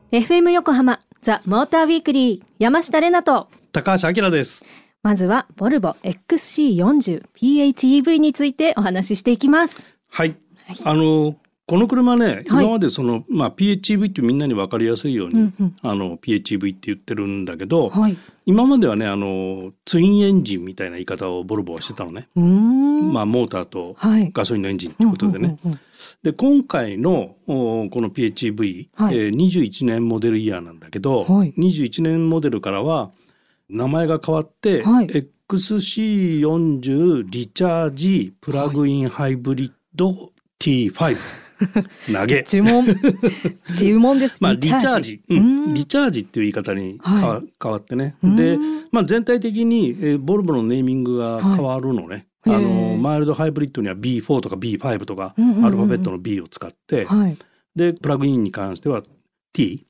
FM 横浜ザ・モーターウィークリー、山下れなと高橋明です。 まずはボルボ XC40 PHEV についてお話ししていきます。 はい、この車ね、今までPHEV ってみんなに分かりやすいように、PHEV って言ってるんだけど、今まではねツインエンジンみたいな言い方をボルボはしてたのね。モーターとガソリンのエンジンってことでね。で今回のこの PHEV、21年モデルイヤーなんだけど、21年モデルからは名前が変わって、XC40 リチャージプラグインハイブリッド T5 投げ呪文です。 リチャージ、リチャージっていう言い方に変わってね。で、全体的にボルボのネーミングが変わるのね。マイルドハイブリッドには B4 とか B5 とか、アルファベットの B を使って、でプラグインに関しては T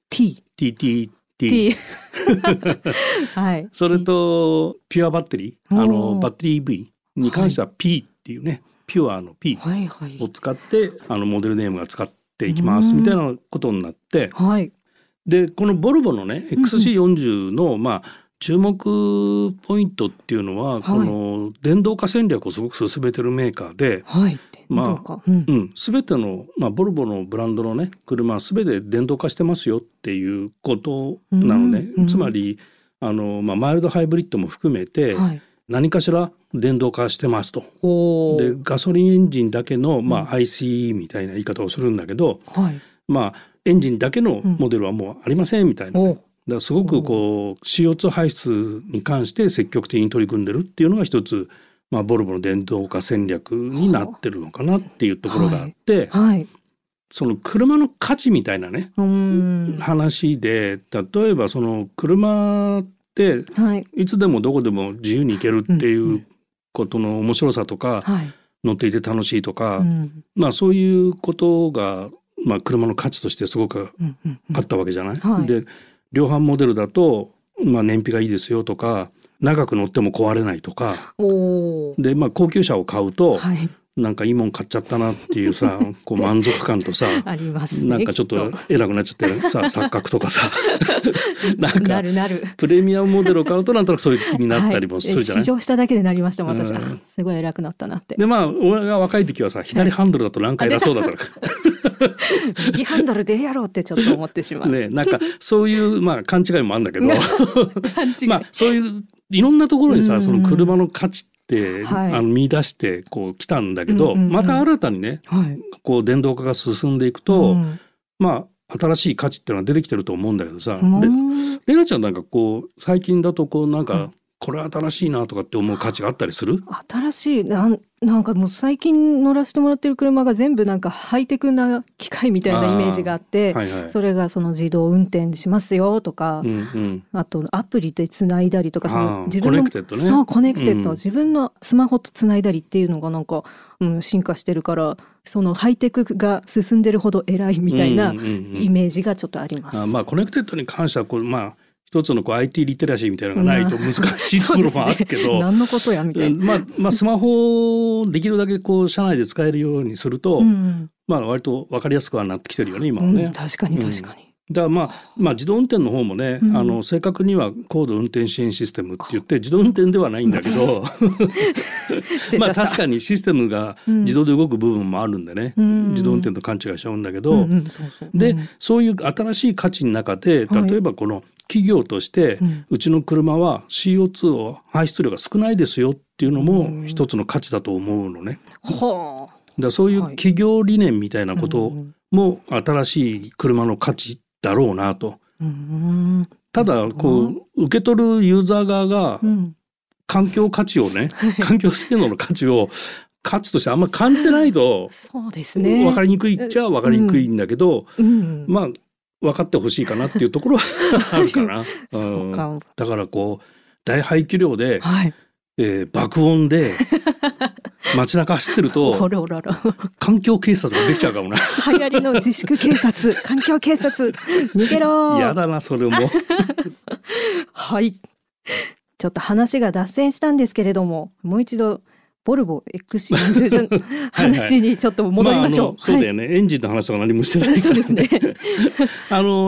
それとピュアバッテリー、バッテリー EV に関しては P っていうね、ピュアの P を使って、モデルネームが使っていきますみたいなことになって、でこのボルボのね XC40 の注目ポイントっていうのは、この電動化戦略をすごく進めてるメーカーで、全ての、ボルボのブランドのね車は全て電動化してますよっていうことなのね。つまりマイルドハイブリッドも含めて、何かしら電動化してますと。でガソリンエンジンだけの、ICE みたいな言い方をするんだけど、エンジンだけのモデルはもうありませんみたいな、ね。だからすごくCO2 排出に関して積極的に取り組んでるっていうのが一つ、ボルボの電動化戦略になってるのかなっていうところがあって、その車の価値みたいなね話で、例えばその車っていつでもどこでも自由に行けるっていうことの面白さとか、乗っていて楽しいとか、そういうことが、車の価値としてすごくあったわけじゃない。で量販モデルだと、燃費がいいですよとか、長く乗っても壊れないとかで、高級車を買うと、なんかいいもん買っちゃったなっていうさ満足感とさありますね、 なんかちょっと偉くなっちゃってさ錯覚とかさなんかなるプレミアムモデルを買うとなんとなくそういう気になったりもするじゃない。 試乗しただけでなりましたもん、私は。すごい偉くなったなって。 で俺が若い時はさ、左ハンドルだとなんか偉そうだったのか右ハンドルでやろうってちょっと思ってしまうね。なんかそういう勘違いもあるんだけどそういういろんなところにさ、その車の価値って見出して来たんだけど、また新たにね、電動化が進んでいくと、新しい価値っていうのは出てきてると思うんだけどさ、レナちゃんなんか最近だとなんか、これ新しいなとかって思う価値があったりする？ 新しいなんかもう最近乗らせてもらってる車が全部なんかハイテクな機械みたいなイメージがあって、それがその自動運転しますよとか、あとアプリでつないだりとか、その自分のコネクテッドね。そうコネクテッド、自分のスマホとつないだりっていうのがなんか、進化してるから、そのハイテクが進んでるほど偉いみたいなイメージがちょっとあります。 コネクテッドに関しては一つのIT リテラシーみたいなのがないと難しいところもあるけど、 何のことやみたいな。 スマホをできるだけ車内で使えるようにすると、割と分かりやすくはなってきてるよね今はね。 確かに確かに。 だから自動運転の方もね、正確には高度運転支援システムって言って自動運転ではないんだけど確かにシステムが自動で動く部分もあるんでね、自動運転と勘違いしちゃうんだけど、でそういう新しい価値の中で、例えばこの企業として、うちの車は CO2 を排出量が少ないですよっていうのも一つの価値だと思うのね。だそういう企業理念みたいなことも新しい車の価値だろうなと。ただ受け取るユーザー側が環境価値をね、環境性能の価値を価値としてあんまり感じてないとそうですね、 分かりにくいっちゃ分かりにくいんだけど、分かってほしいかなっていうところはあるかな。だから大排気量で、爆音で街中走ってると環境警察ができちゃうかもな。 流行りの自粛警察、環境警察、逃げろ。 やだなそれもはい、ちょっと話が脱線したんですけれども、もう一度ボルボ XC40 の話にちょっと戻りましょう。 そうだよね、エンジンの話とか何もしてないからね。 そうですね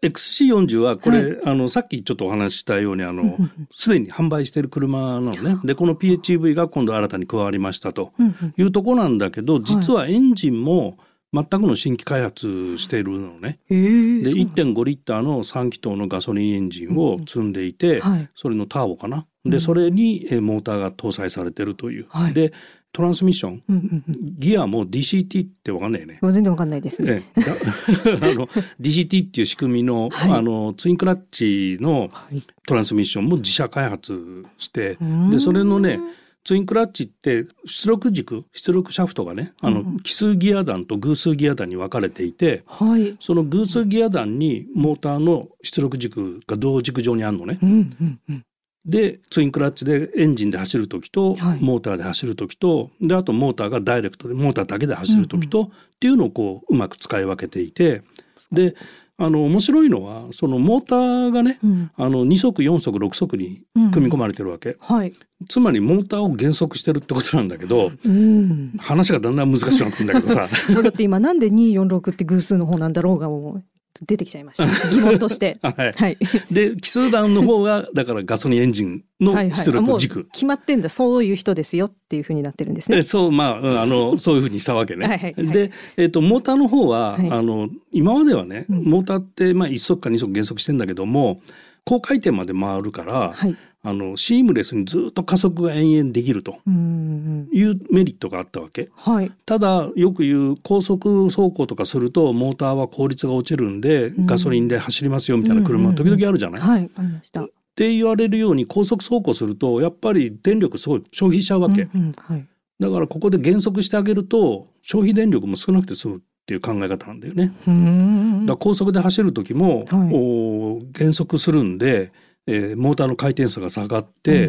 XC40 はこれ、さっきちょっとお話ししたようにすでに販売している車なのね。でこの PHEV が今度新たに加わりましたというところなんだけど、実はエンジンも全くの新規開発しているのね。で 1.5 リッターの3気筒のガソリンエンジンを積んでいて、それのターボかな。でそれにモーターが搭載されているという。でトランスミッション、ギアも DCT って分かんないよね。 全然分かんないですね。 DCT っていう仕組みの、ツインクラッチのトランスミッションも自社開発して、でそれのねツインクラッチって出力軸、出力シャフトがね奇数ギア弾と偶数ギア弾に分かれていて、その偶数ギア弾にモーターの出力軸が同軸上にあるのね。でツインクラッチでエンジンで走る時と、モーターで走る時と、であとモーターがダイレクトでモーターだけで走る時と、っていうのをこううまく使い分けていて、で面白いのはそのモーターがね、2速4速6速に組み込まれてるわけ、つまりモーターを減速してるってことなんだけど、話がだんだん難しくなってくるんだけどさだって今なんで246って偶数の方なんだろうがもう出てきちゃいました疑問としてで奇数弾の方がだからガソリンエンジンの出力軸、 もう決まってんだ、そういう人ですよっていうふうになってるんですね。 そうそういうふうにしたわけね。で、モーターの方は、今まではね、モーターって1速か2速減速してんだけども高回転まで回るから、シームレスにずっと加速が延々できるというメリットがあったわけ、ただよく言う高速走行とかするとモーターは効率が落ちるんで、ガソリンで走りますよみたいな車時々あるじゃない、ありました。って言われるように高速走行するとやっぱり電力すごい消費しちゃうわけ、だからここで減速してあげると消費電力も少なくて済むっていう考え方なんだよね。だから高速で走る時も、減速するんでモーターの回転数が下がって、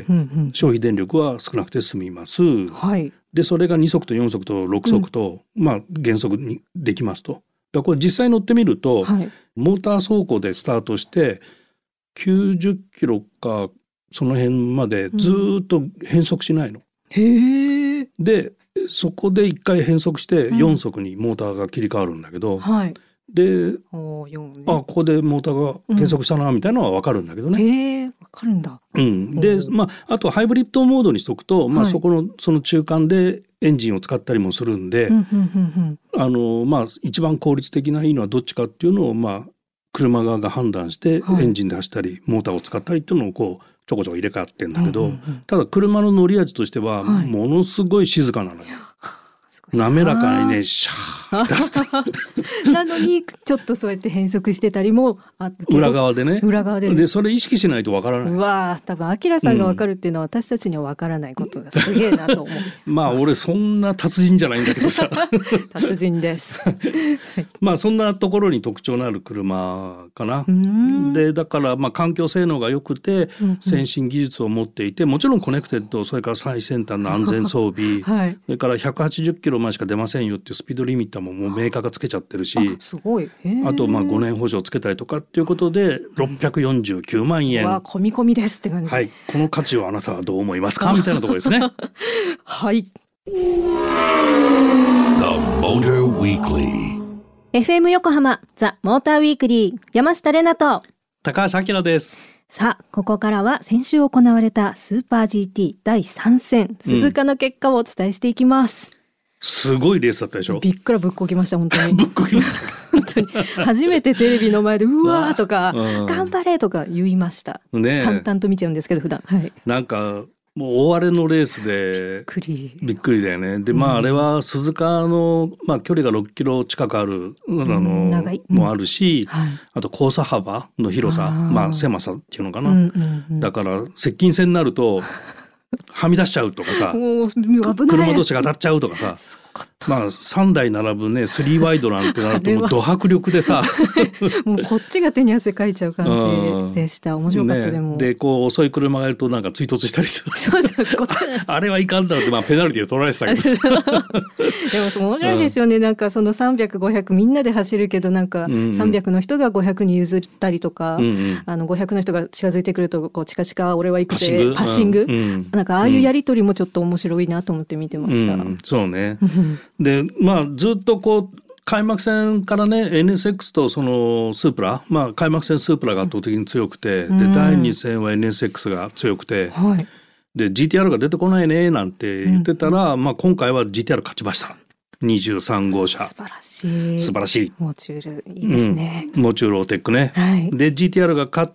消費電力は少なくて済みます、でそれが2速と4速と6速と、減速にできますと。だからこれ実際乗ってみると、モーター走行でスタートして90キロかその辺までずっと変速しないの、でそこで1回変速して4速にモーターが切り替わるんだけど、で、ここでモーターが減速したなみたいなのは分かるんだけどね。 分かるんだ。 で、あとハイブリッドモードにしとくと、その中間でエンジンを使ったりもするんで、一番効率的ないいのはどっちかっていうのを車側が判断してエンジンで走ったり、モーターを使ったりっていうのをこうちょこちょこ入れ替わってんだけど、ただ車の乗り味としてはものすごい静かなのよ。滑らかにねシャー出してなのにちょっとそうやって変速してたりも裏側でね。 でそれ意識しないとわからない。 多分アキラさんがわかるっていうのは私たちにはわからないことがすげえなと思う。 俺そんな達人じゃないんだけどさ達人ですそんなところに特徴のある車かな。でだから環境性能が良くて先進技術を持っていて、もちろんコネクテッド、それから最先端の安全装備それから180キロまでしか出ませんよっていうスピードリミッターももうメーカーがつけちゃってるし、 すごい。 あと5年保証つけたりとかっていうことで649万円、 込み込みですって感じ。 この価値をあなたはどう思いますかみたいなところですね FM 横浜ザ・モーターウィークリー、山下れなと高橋明です。 さあここからは先週行われたスーパー GT 第3戦鈴鹿の結果をお伝えしていきます。 すごいレースだったでしょ。 びっくらぶっこきました本当に。 ぶっこきました本当に初めてテレビの前でうわーとか頑張れとか言いましたね。淡々と見ちゃうんですけど普段、 なんかもう大荒れのレースでびっくりだよね。であれは鈴鹿の、距離が6キロ近くあるもあるし、あと交差幅の広さ、狭さっていうのかな、だから接近戦になるとはみ出しちゃうとかさ車同士が当たっちゃうとかさ、3台並ぶね3ワイドなんてなるともうド迫力でさもうこっちが手に汗かいちゃう感じでした。面白かった。でもで遅い車がいるとなんか追突したりするあれはいかんだろうってペナルティーで取られてたけどでも面白いですよね。なんかその300、500みんなで走るけどなんか300の人が500に譲ったりとか、500の人が近づいてくるとこうチカチカ俺は行くぜパッシング、なんかああいうやり取りもちょっと面白いなと思って見てました。 そうねでずっとこう開幕戦からね NSX とそのスープラ、開幕戦スープラが圧倒的に強くて、で第2戦は NSX が強くて、で GTR が出てこないねなんて言ってたら、今回は GTR 勝ちました。23号車。 素晴らしい。 モチュールいいですね。モチュールオーテックね。で GTR が勝って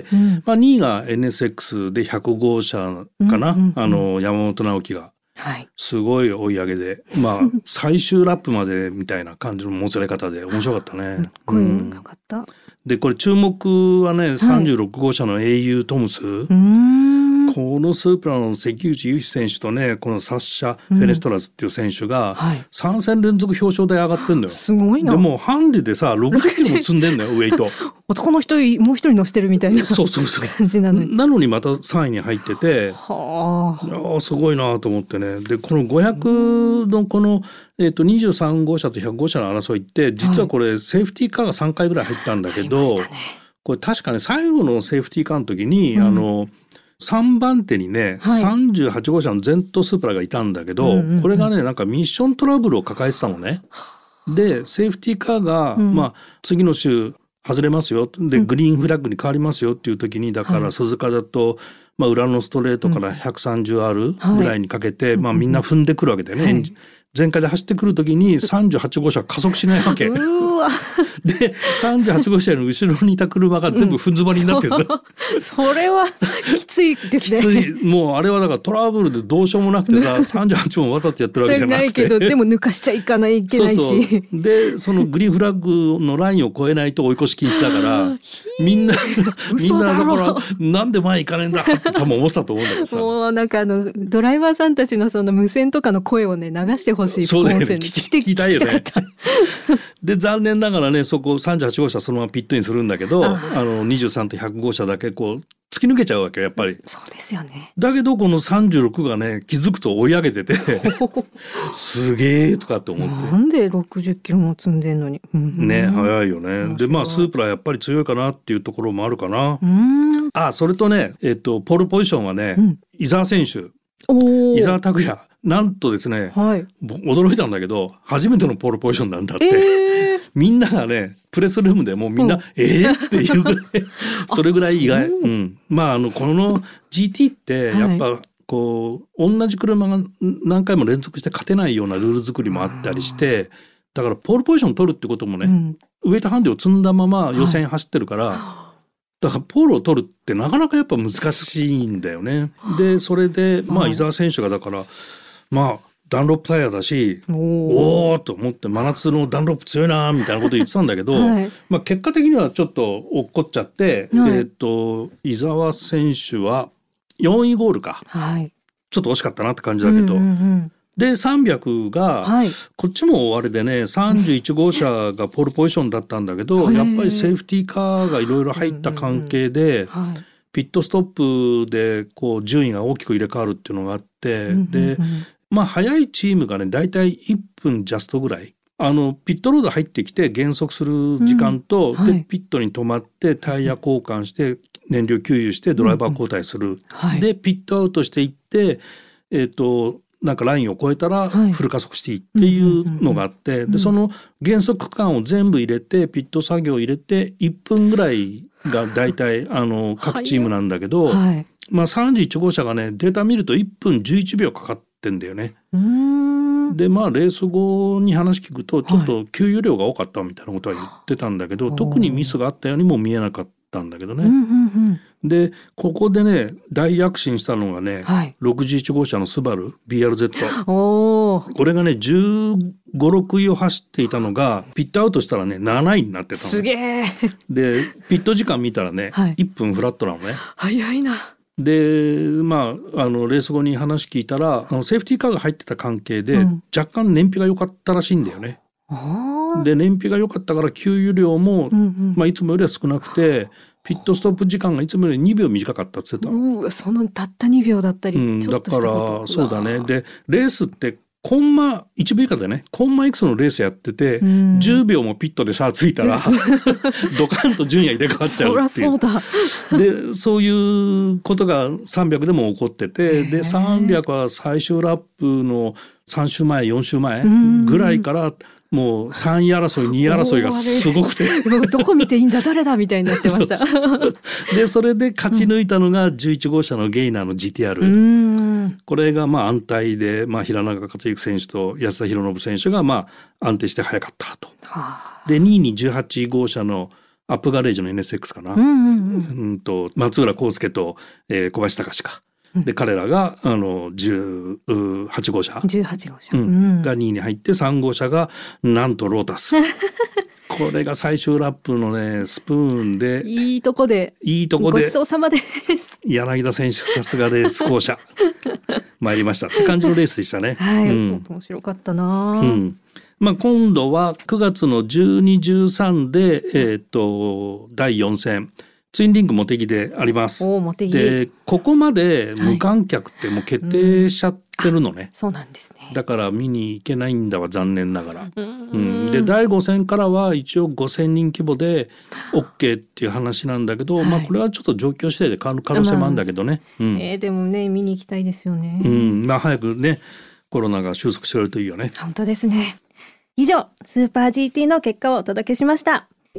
、2位が NSX で100号車かな、山本直樹が。すごい追い上げで、最終ラップまでみたいな感じのもつれ方で面白かったね。 よかった。でこれ注目はね、36号車の英雄トムス。このスープラの関口雄飛選手とね、このサッシャ・フェネストラスっていう選手が3戦連続表彰台上がってんだよ。 すごいな。 でもハンデでさ60キロも積んでんだよウェイト。 男の人もう一人乗せてるみたいな感じなのに。 なのにまた3位に入ってて、すごいなと思ってね。でこの500のこの、23号車と100号車の争いって実はこれセーフティーカーが3回ぐらい入ったんだけど、これ確かね最後のセーフティーカーの時に、3番手にね、38号車のゼントスープラがいたんだけど、これがねなんかミッショントラブルを抱えてたのね。でセーフティーカーが、次の週外れますよでグリーンフラッグに変わりますよっていう時に、だから鈴鹿だと、裏のストレートから 130R ぐらいにかけて、みんな踏んでくるわけだよね。全開で走ってくる時に38号車加速しないわけ。で38号車の後ろにいた車が全部踏ん詰まりになってる、 それはきついですね。 きつい。もうあれはだからトラブルでどうしようもなくてさ38もわざとやってるわけじゃなくてないけど、でも抜かしちゃいけないし、 そうでそのグリーンフラッグのラインを越えないと追い越し禁止だからみんなだからなんで前行かねえんだって多分思ってたと思うんだけどさ、 もうなんかドライバーさんたちのその無線とかの声をね流してほしい。 そうだよね、聞きたいよね。で残念ながらねそこ38号車そのままピットインするんだけど、23と100号車だけこう突き抜けちゃうわけやっぱり。 そうですよね。 だけどこの36がね気づくと追い上げててすげーとかって思って、 なんで60キロも積んでんのに、 ね早いよね。でスープラやっぱり強いかなっていうところもあるかな。それとね、ポールポジションはね、伊沢選手、伊沢拓也なんとですね、驚いたんだけど初めてのポールポジションなんだって、みんながねプレスルームでもうみんな、っていうぐらいそれぐらい意外。この GT ってやっぱこう同じ車が何回も連続して勝てないようなルール作りもあったりして、だからポールポジション取るってこともね、ウエイトハンデを積んだまま予選走ってるから、だからポールを取るってなかなかやっぱ難しいんだよね。でそれで伊沢選手がだからダンロップタイヤだしおーと思って真夏のダンロップ強いなみたいなこと言ってたんだけど、結果的にはちょっと落っこっちゃって、伊沢選手は4位ゴールか、ちょっと惜しかったなって感じだけど、で300が、こっちもあれでね31号車がポールポジションだったんだけど、やっぱりセーフティーカーがいろいろ入った関係で、ピットストップでこう順位が大きく入れ替わるっていうのがあって、で早いチームがねだいたい1分ジャストぐらいピットロード入ってきて減速する時間と、でピットに止まってタイヤ交換して燃料給油してドライバー交代する、でピットアウトしていってなんかラインを越えたらフル加速していいっていうのがあって、でその減速区間を全部入れてピット作業を入れて1分ぐらいがだいたい各チームなんだけど、31号車がねデータ見ると1分11秒かかってんだよね。でレース後に話聞くとちょっと給油量が多かったみたいなことは言ってたんだけど、特にミスがあったようにも見えなかったんだけどね。でここでね大躍進したのがね、61号車のスバル BRZ。 これがね15、6位を走っていたのがピットアウトしたらね7位になってたの。 すげえ。 でピット時間見たらね、1分フラットなのね。 早いな。でレース後に話聞いたらセーフティーカーが入ってた関係で、若干燃費が良かったらしいんだよね。で燃費が良かったから給油量も、いつもよりは少なくてピットストップ時間がいつもより2秒短かったって言ってた。 そのたった2秒だったり、ちょっとしたこと。 だからそうだね。でレースってコンマ1秒以下でねコンマいくつのレースやってて、10秒もピットで差ついたらドカンと順位入れ替わっちゃうっていう。 そうだでそういうことが300でも起こってて、で300は最終ラップの3週前4週前ぐらいからもう3位争い2位争いがすごくてどこ見ていいんだ誰だみたいになってました。 でそれで勝ち抜いたのが11号車のゲイナーの GTR、これが安泰で、平永克之選手と安田博信選手が安定して速かったと。で2位に18号車のアップガレージの NSX かな、松浦康介と、小林隆か。で彼らが18号車、が2位に入って3号車がなんとロータスこれが最終ラップのねスプーンでいいとこでごちそうさまです。 柳田選手さすがです後者参りましたって感じのレースでしたね。 面白かったな。 今度は9月の12、13で、第4戦ツインリンク茂木であります。でここまで無観客ってもう決定しちゃってるのね。 そうなんですね。 だから見に行けないんだわ残念ながら。で第5戦からは一応5,000人規模で OK っていう話なんだけど、これはちょっと状況次第で変わる可能性もあるんだけどね。 でもね見に行きたいですよね。 早くねコロナが収束してくれるといいよね。 本当ですね。以上スーパー GT の結果をお届けしました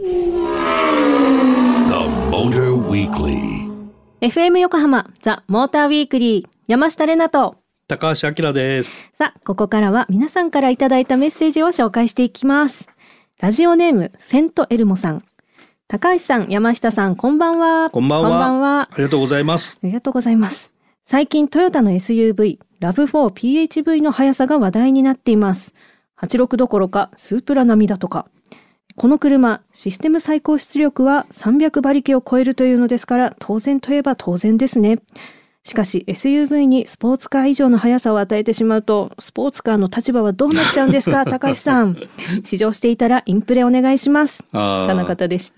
。FM 横浜ザ・モーターウィークリー山下れなと高橋明です。 さあここからは皆さんからいただいたメッセージを紹介していきます。ラジオネームセントエルモさん。高橋さん山下さんこんばんは。 こんばんは。ありがとうございます。 ありがとうございます。最近トヨタの SUV RAV4PHV の速さが話題になっています。86どころかスープラ並みだとか。この車、システム最高出力は300馬力を超えるというのですから当然といえば当然ですね。しかし SUV にスポーツカー以上の速さを与えてしまうとスポーツカーの立場はどうなっちゃうんですか高橋さん。試乗していたらインプレお願いします。とのことでした。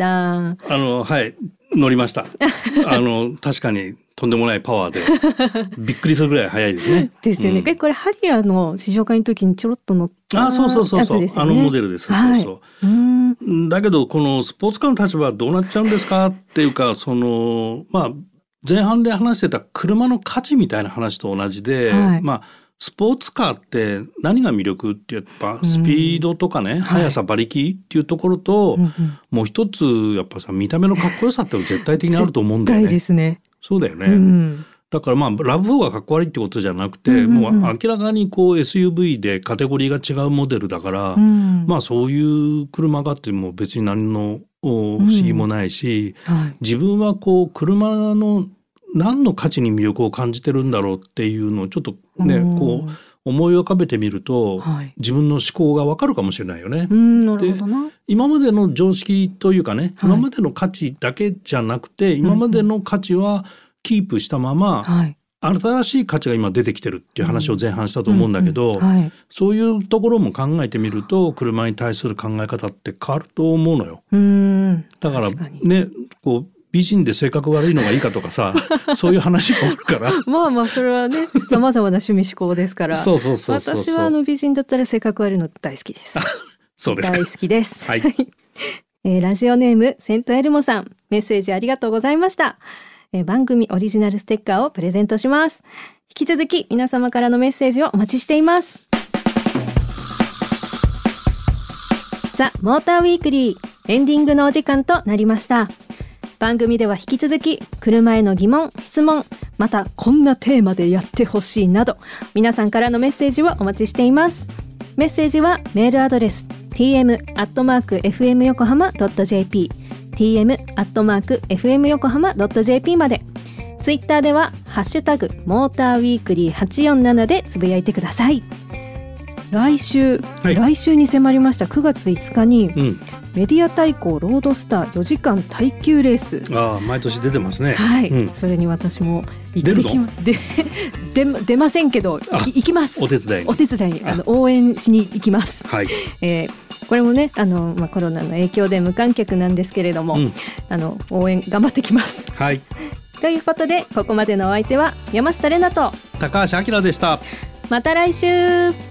乗りました。確かにとんでもないパワーでびっくりするぐらい速いですね。 ですよね。これハリアーの試乗会の時にちょろっと乗ったやつですよね。 あのモデルです。だけどこのスポーツカーの立場はどうなっちゃうんですかっていうか前半で話してた車の価値みたいな話と同じで、スポーツカーって何が魅力ってやっぱスピードとかね、速さ馬力っていうところと、もう一つやっぱさ見た目のかっこよさって絶対的にあると思うんだよね。 絶対ですね。 そうだよね。だからRAV4がかっこ悪いってことじゃなくて、もう明らかにこう SUV でカテゴリーが違うモデルだから、そういう車があっても別に何の不思議もないし、自分はこう車の何の価値に魅力を感じてるんだろうっていうのをちょっとね、こう思い浮かべてみると、自分の思考がわかるかもしれないよね。で今までの常識というかね、今までの価値だけじゃなくて、今までの価値はキープしたまま、新しい価値が今出てきてるっていう話を前半したと思うんだけど、そういうところも考えてみると車に対する考え方って変わると思うのよ。だからねこう美人で性格悪いのがいいかとかさそういう話もあるからそれはね様々な趣味思考ですから私は美人だったら性格悪いの大好きですそうですか。 大好きです、ラジオネームセントエルモさんメッセージありがとうございました。番組オリジナルステッカーをプレゼントします。引き続き皆様からのメッセージをお待ちしています。ザ・モーターウィークリーエンディングのお時間となりました。番組では引き続き車への疑問、質問、またこんなテーマでやってほしいなど皆さんからのメッセージをお待ちしています。メッセージはメールアドレス tm@fmyokohama.jp tm@fmyokohama.jp まで。ツイッターではハッシュタグモーターウィークリー847でつぶやいてください。来週に迫りました9月5日に、メディア対抗ロードスター4時間耐久レース。 毎年出てますね。 それに私も行ってきます。出ませんけど行きます。 お手伝いに応援しに行きます。これもねコロナの影響で無観客なんですけれども、応援頑張ってきます。ということでここまでのお相手は山下れなと高橋明でした。 また来週。